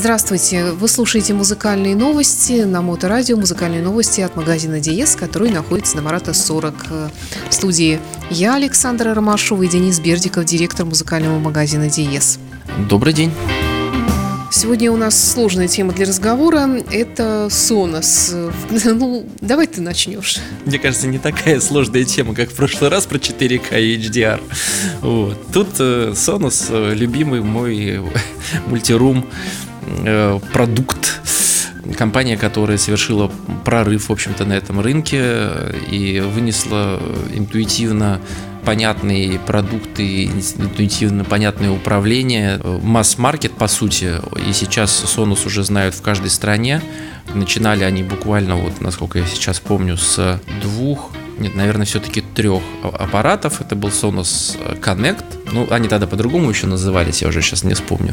Здравствуйте! Вы слушаете музыкальные новости на Моторадио. Музыкальные новости от магазина Диез, который находится на Марата 40. В студии я, Александра Ромашова, и Денис Бердиков, директор музыкального магазина Диез. Добрый день! Сегодня у нас сложная тема для разговора. Это Sonos. Давай ты начнешь. Мне кажется, не такая сложная тема, как в прошлый раз про 4К и HDR. Вот. Тут Sonos, любимый мой мультирум продукт. Компания, которая совершила прорыв, в общем-то, на этом рынке и вынесла интуитивно понятные продукты, интуитивно понятное управление, масс-маркет, по сути. И сейчас Sonos уже знают в каждой стране. Начинали они буквально, вот, насколько я сейчас помню, с наверное, все-таки 3 аппаратов. Это был Sonos Connect. Они тогда по-другому еще назывались, я уже сейчас не вспомню.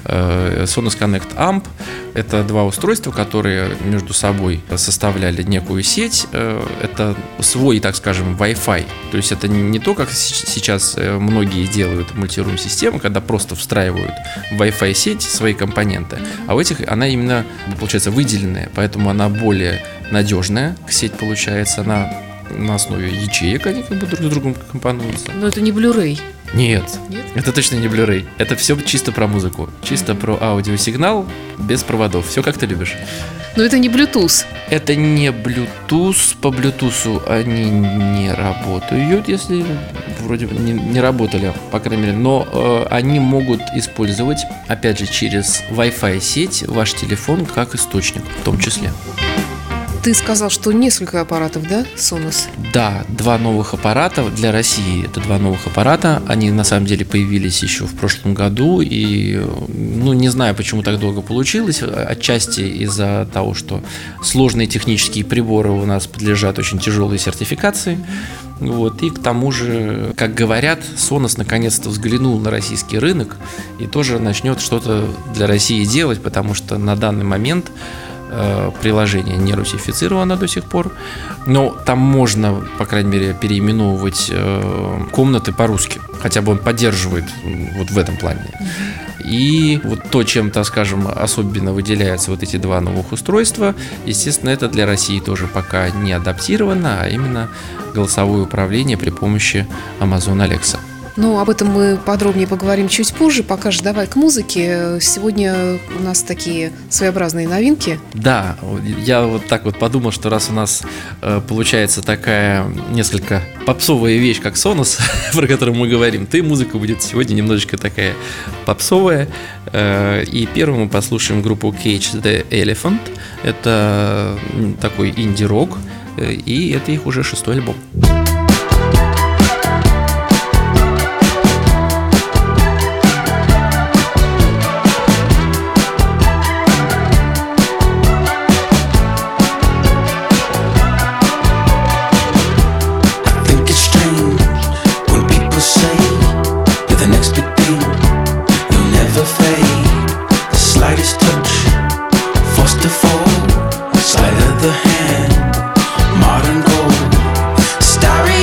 Sonos Connect Amp. Это 2 устройства, которые между собой составляли некую сеть. Это свой, так скажем, Wi-Fi. То есть это не то, как сейчас многие делают мультирум-системы, когда просто встраивают в Wi-Fi сеть свои компоненты. А у этих она именно, получается, выделенная, поэтому она более надежная. Сеть получается, она на основе ячеек, они как бы друг с другом компонуются. Но это не Blu-ray. Нет, это точно не Blu-ray. Это все чисто про музыку, чисто про аудиосигнал, без проводов. Все как ты любишь. Но это не Bluetooth. Это не Bluetooth. По Bluetooth они не работают, если вроде бы не работали, по крайней мере. Но они могут использовать, опять же, через Wi-Fi сеть ваш телефон как источник, в том числе. Ты сказал, что несколько аппаратов, да, Sonos? Да, 2 новых аппарата для России. Это 2 новых аппарата. Они на самом деле появились еще в прошлом году. И, не знаю, почему так долго получилось. Отчасти из-за того, что сложные технические приборы у нас подлежат очень тяжелой сертификации. Вот. И к тому же, как говорят, Sonos наконец-то взглянул на российский рынок и тоже начнет что-то для России делать, потому что на данный момент приложение не русифицировано до сих пор, но там можно, по крайней мере, переименовывать комнаты по-русски, хотя бы он поддерживает вот в этом плане. И вот то, чем, так скажем, особенно выделяются вот эти 2 новых устройства, естественно, это для России тоже пока не адаптировано, а именно голосовое управление при помощи Amazon Alexa. Об этом мы подробнее поговорим чуть позже. Пока же давай к музыке. Сегодня у нас такие своеобразные новинки. Да, я вот так вот подумал, что раз у нас получается такая несколько попсовая вещь, как Sonos, про которую мы говорим, то и музыка будет сегодня немножечко такая попсовая. И первым мы послушаем группу Cage the Elephant. Это такой инди-рок, и это их уже 6-й альбом. Sleight of the hand, modern gold, starry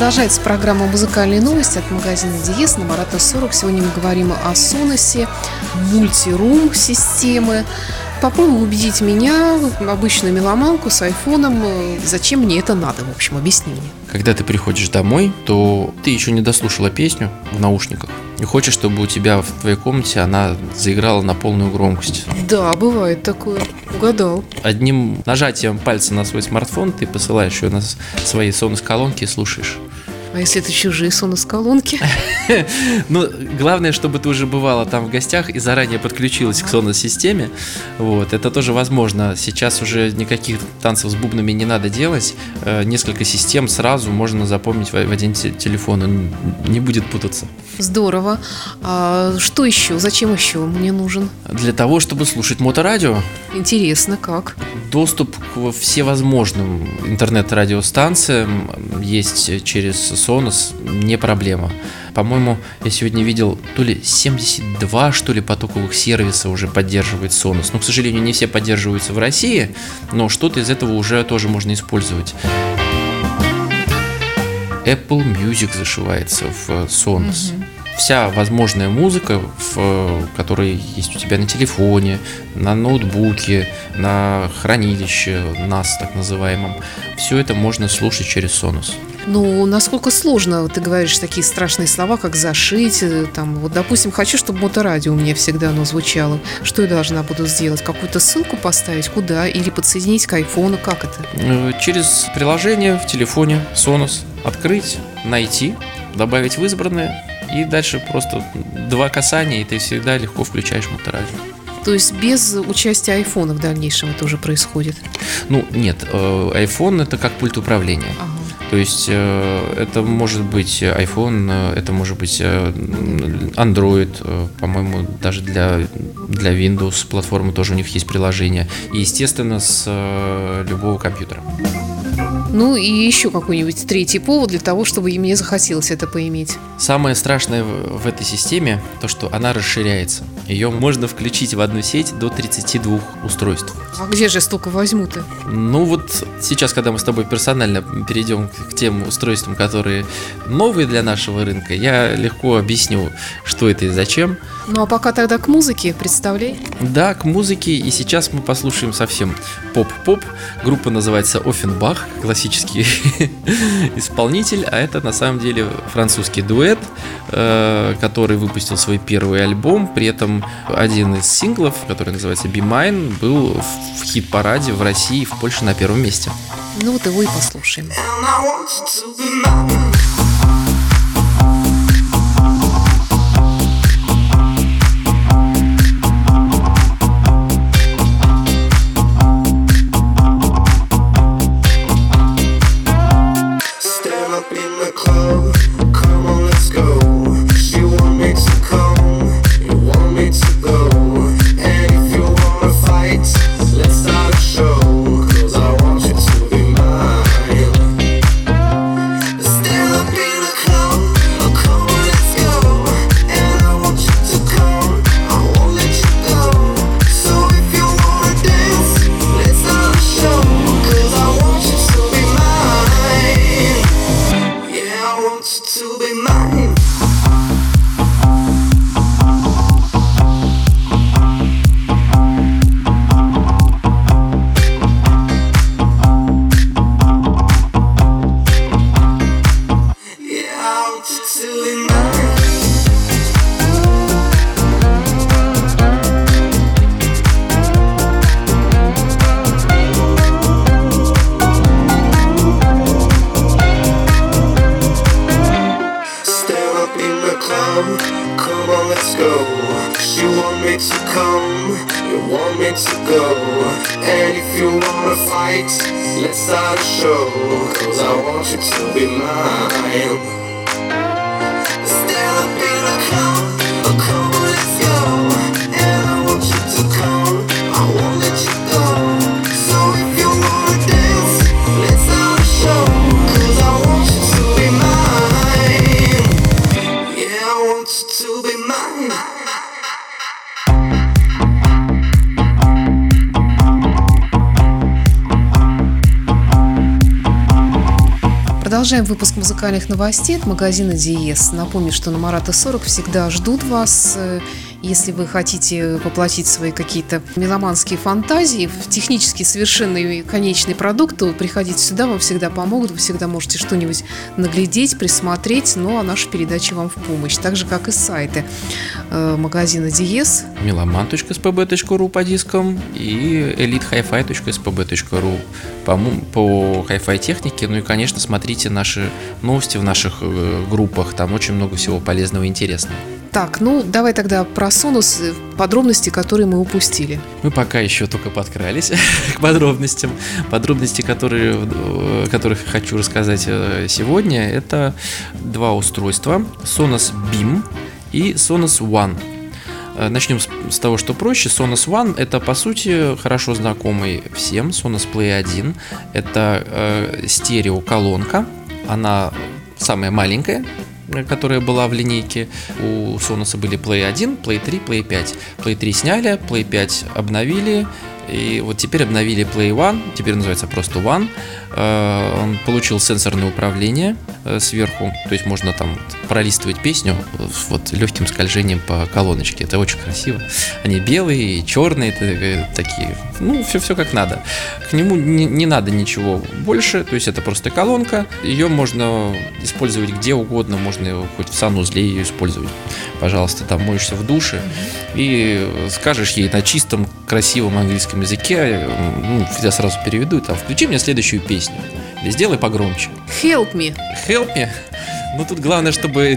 Продолжается программа «Музыкальные новости» от магазина Диез на Марата 40. Сегодня мы говорим о Sonos, мультирум системы. Попробуй убедить меня, обычную меломанку с айфоном, зачем мне это надо, в общем, объясни мне. Когда ты приходишь домой, то ты еще не дослушала песню в наушниках и хочешь, чтобы у тебя в твоей комнате она заиграла на полную громкость. Да, бывает такое. Угадал. Одним нажатием пальца на свой смартфон ты посылаешь ее на свои Sonos-колонки и слушаешь. А если это чужие Sonos-колонки? Ну, главное, чтобы ты уже бывала там в гостях и заранее подключилась к Sonos-системе. Вот, это тоже возможно. Сейчас уже никаких танцев с бубнами не надо делать. Несколько систем сразу можно запомнить в один телефон. Он не будет путаться. Здорово. А что еще? Зачем еще мне нужен? Для того, чтобы слушать моторадио. Интересно, как? Доступ к всевозможным интернет-радиостанциям есть через Sonos, не проблема. По-моему, я сегодня видел то ли 72, что ли, потоковых сервиса уже поддерживает Sonos. Но, к сожалению, не все поддерживаются в России, но что-то из этого уже тоже можно использовать. Apple Music зашивается в Sonos. Вся возможная музыка, которая есть у тебя на телефоне, на ноутбуке, на хранилище, NAS так называемом, все это можно слушать через Sonos. Ну, насколько сложно, ты говоришь такие страшные слова, как зашить, там, вот, допустим, хочу, чтобы моторадио у меня всегда оно звучало. Что я должна буду сделать? Какую-то ссылку поставить? Куда? Или подсоединить к айфону? Как это? Через приложение в телефоне Sonos открыть, найти, добавить в избранное, и дальше просто 2 касания, и ты всегда легко включаешь моторадио. То есть без участия айфона в дальнейшем это уже происходит? Ну, нет, iPhone это как пульт управления. Ага. То есть это может быть iPhone, это может быть Android, по-моему, даже для Windows платформы тоже у них есть приложение. И, естественно, с любого компьютера. Ну и еще какой-нибудь третий повод для того, чтобы и мне захотелось это поиметь. Самое страшное в этой системе то, что она расширяется. Ее можно включить в одну сеть до 32 устройств. А где же я столько возьму-то? Ну вот сейчас, когда мы с тобой персонально перейдем к тем устройствам, которые новые для нашего рынка, я легко объясню, что это и зачем. Ну а пока тогда к музыке, представляй. Да, к музыке, и сейчас мы послушаем совсем поп-поп. Группа называется Offenbach, классический исполнитель, а это на самом деле французский дуэт, который выпустил свой первый альбом. При этом один из синглов, который называется Be Mine, был в хит-параде в России и в Польше на первом месте. Ну вот его и послушаем. Продолжаем выпуск музыкальных новостей от магазина Диез. Напомню, что на Марата 40 всегда ждут вас. Если вы хотите воплотить свои какие-то меломанские фантазии в технически совершенный конечный продукт, то приходите сюда, вам всегда помогут, вы всегда можете что-нибудь наглядеть, присмотреть, ну а наши передачи вам в помощь. Так же, как и сайты магазина Диез. meloman.spb.ru по дискам и elitehifi.spb.ru по hi-fi технике. Ну и, конечно, смотрите наши новости в наших группах, там очень много всего полезного и интересного. Так, ну давай тогда про Sonos, подробности, которые мы упустили. Мы пока еще только подкрались к подробностям. Подробности, которых хочу рассказать сегодня, это два устройства: Sonos Beam и Sonos One. Начнем с того, что проще. Sonos One — это, по сути, хорошо знакомый всем Sonos Play 1. Это стереоколонка. Она самая маленькая, которая была в линейке. У Sonos были Play 1, Play 3, Play 5. Play 3 сняли, Play 5 обновили. И вот теперь обновили Play One, теперь называется просто One. Он получил сенсорное управление сверху, то есть можно там пролистывать песню вот легким скольжением по колоночке. Это очень красиво. Они белые и черные, такие, ну, все как надо. К нему не надо ничего больше, то есть это просто колонка. Ее можно использовать где угодно, можно хоть в санузле ее использовать. Пожалуйста, там моешься в душе и скажешь ей на чистом, красивом английском языке, ну, я сразу переведу, там, включи мне следующую песню. Или сделай погромче. Help me. Help me. Ну, тут главное, чтобы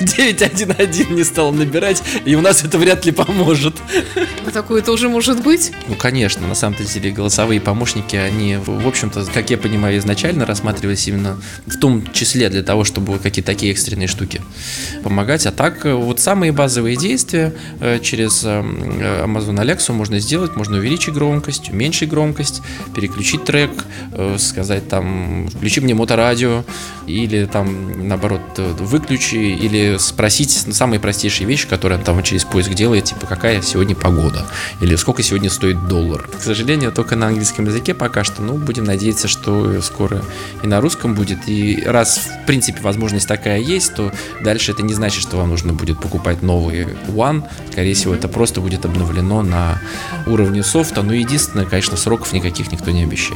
911 не стал набирать, и у нас это вряд ли поможет. Такое тоже может быть? Ну, конечно, на самом деле голосовые помощники, они, в общем-то, как я понимаю, изначально рассматривались именно в том числе для того, чтобы какие-то такие экстренные штуки помогать. А так, вот самые базовые действия через Amazon Alexa можно сделать. Можно увеличить громкость, уменьшить громкость, переключить трек, сказать там, включи мне моторадио, или там, наоборот, выключи, или спросить самые простейшие вещи, которые он там через поиск делает, типа, какая сегодня погода, или сколько сегодня стоит $1. К сожалению, только на английском языке пока что, но будем надеяться, что скоро и на русском будет. И раз, в принципе, возможность такая есть, то дальше это не значит, что вам нужно будет покупать новый One. Скорее всего, это просто будет обновлено на уровне софта. Но единственное, конечно, сроков никаких никто не обещает.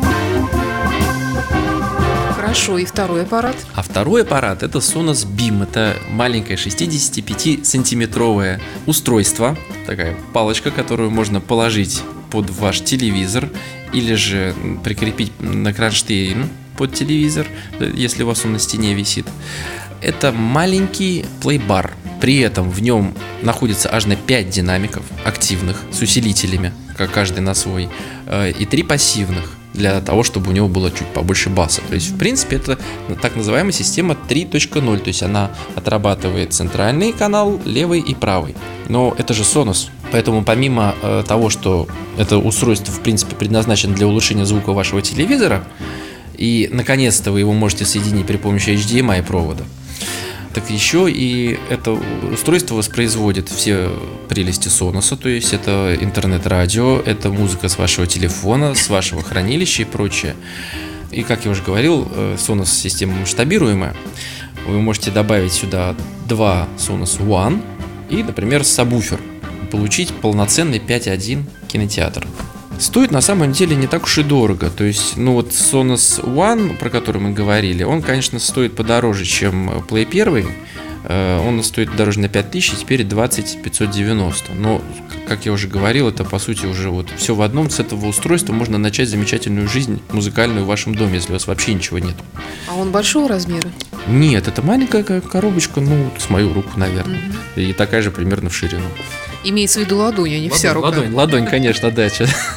Хорошо, и второй аппарат? А второй аппарат — это Sonos Beam. Это маленькое 65-сантиметровое устройство, такая палочка, которую можно положить под ваш телевизор или же прикрепить на кронштейн под телевизор, если у вас он на стене висит. Это маленький плейбар. При этом в нем находится аж на 5 динамиков активных с усилителями, как каждый на свой, и 3 пассивных, для того, чтобы у него было чуть побольше баса. То есть, в принципе, это так называемая система 3.0, то есть она отрабатывает центральный канал, левый и правый. Но это же Sonos, поэтому помимо того, что это устройство, в принципе, предназначено для улучшения звука вашего телевизора, и, наконец-то, вы его можете соединить при помощи HDMI провода, так еще и это устройство воспроизводит все прелести Sonos, то есть это интернет-радио, это музыка с вашего телефона, с вашего хранилища и прочее. И, как я уже говорил, Sonos система масштабируемая. Вы можете добавить сюда 2 Sonos One и, например, сабвуфер, получить полноценный 5.1 кинотеатр. Стоит на самом деле не так уж и дорого. То есть, ну вот Sonos One, про который мы говорили, он, конечно, стоит подороже, чем Play 1. Он стоит дороже на 5000, и теперь 20 590. Но, как я уже говорил, это по сути уже вот все в одном. С этого устройства можно начать замечательную жизнь музыкальную в вашем доме, если у вас вообще ничего нет. А он большого размера? Нет, это маленькая коробочка, ну, с мою руку, наверное. И такая же примерно в ширину. Имеется в виду ладонь, а не вся рука. Ладонь, конечно, да.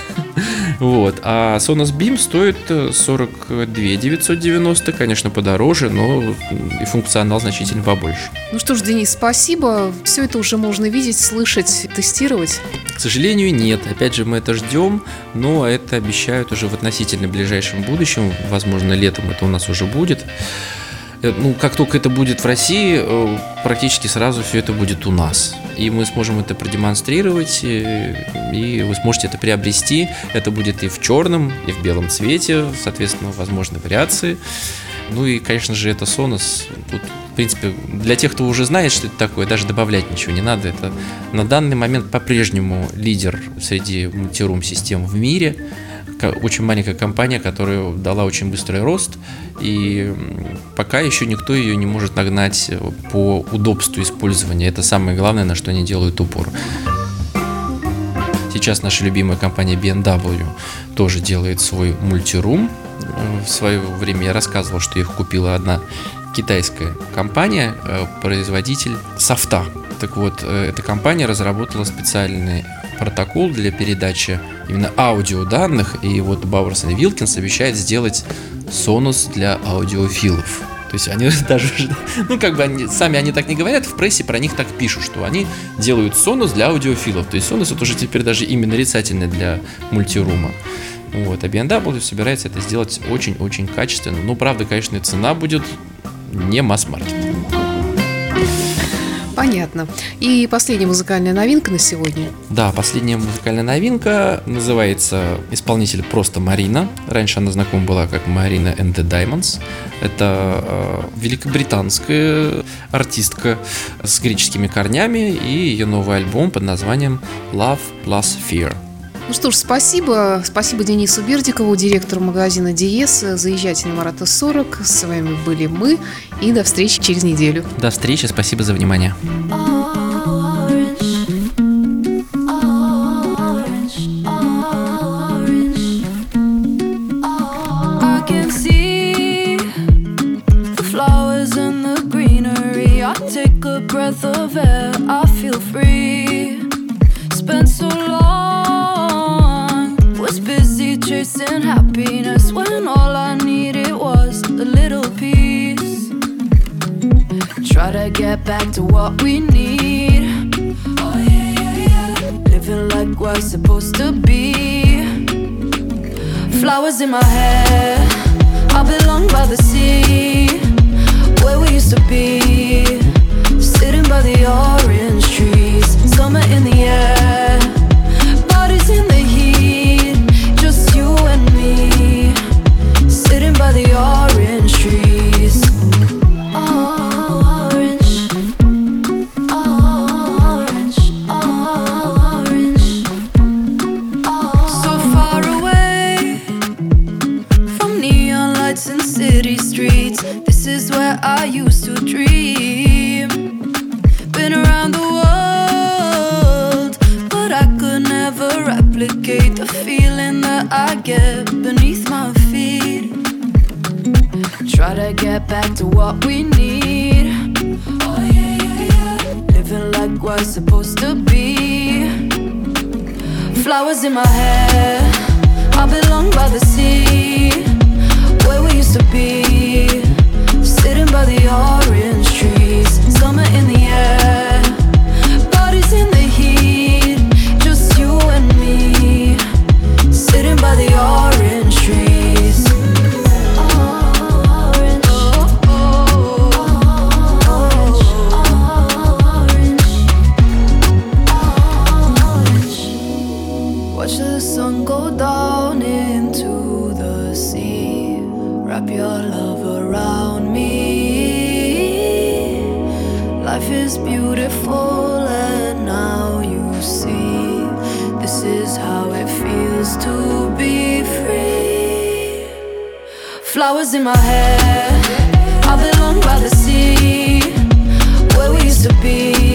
Вот. А Sonos Beam стоит 42 990, конечно, подороже, но и функционал значительно побольше. Ну что ж, Денис, спасибо. Все это уже можно видеть, слышать, тестировать. К сожалению, нет. Опять же, мы это ждем, но это обещают уже в относительно ближайшем будущем. Возможно, летом это у нас уже будет. Ну, как только это будет в России, практически сразу все это будет у нас. И мы сможем это продемонстрировать, и вы сможете это приобрести. Это будет и в черном, и в белом цвете, соответственно, возможны вариации. Ну и, конечно же, это Sonos. Тут, в принципе, для тех, кто уже знает, что это такое, даже добавлять ничего не надо. Это на данный момент по-прежнему лидер среди мультирум-систем в мире. Очень маленькая компания, которая дала очень быстрый рост, и пока еще никто ее не может нагнать по удобству использования. Это самое главное, на что они делают упор. Сейчас наша любимая компания BMW тоже делает свой мультирум. В свое время я рассказывал, что их купила одна китайская компания, производитель софта. Так вот, эта компания разработала специальный протокол для передачи именно аудиоданных, и вот Bowers & Wilkins обещает сделать Sonos для аудиофилов. То есть они даже, они так не говорят, в прессе про них так пишут, что они делают Sonos для аудиофилов. То есть Sonos это уже теперь даже имя нарицательное для мультирума. Вот, а BMW собирается это сделать очень-очень качественно. Но, правда, конечно, цена будет не масс-маркет. Понятно. И последняя музыкальная новинка на сегодня. Да, последняя музыкальная новинка называется исполнитель просто Марина. Раньше она знакома была как Marina and the Diamonds. Это великобританская артистка с греческими корнями, и ее новый альбом под названием Love Plus Fear. Ну что ж, спасибо. Спасибо Денису Бердикову, директору магазина Диез. Заезжайте на Марата 40. С вами были мы. И до встречи через неделю. До встречи. Спасибо за внимание. Chasing happiness when all I needed was a little peace. Try to get back to what we need. Oh yeah, yeah, yeah. Living like we're supposed to be. Flowers in my hair, I belong by the sea, where we used to be. Sitting by the orange trees, summer in the air, bodies in the heat. Just you and me, sitting by the orange trees. Orange, orange, orange. So far away from neon lights and city streets. This is where I used to dream. Been around the world, but I could never replicate the feeling that I get beneath my feet. Try to get back to what we need. Oh yeah, yeah, yeah. Living like we're supposed to be. Flowers in my hair, I belong by the sea, where we used to be. Sitting by the orange trees, summer in the air, bodies in the heat. Just you and me, sitting by the orange trees. Orange, oh, oh, orange, orange, orange. Watch the sun go down into the sea. Wrap your love around me. Life is beautiful and now you see. This is how it feels to be free. Flowers in my hair, I belong by the sea, where we used to be.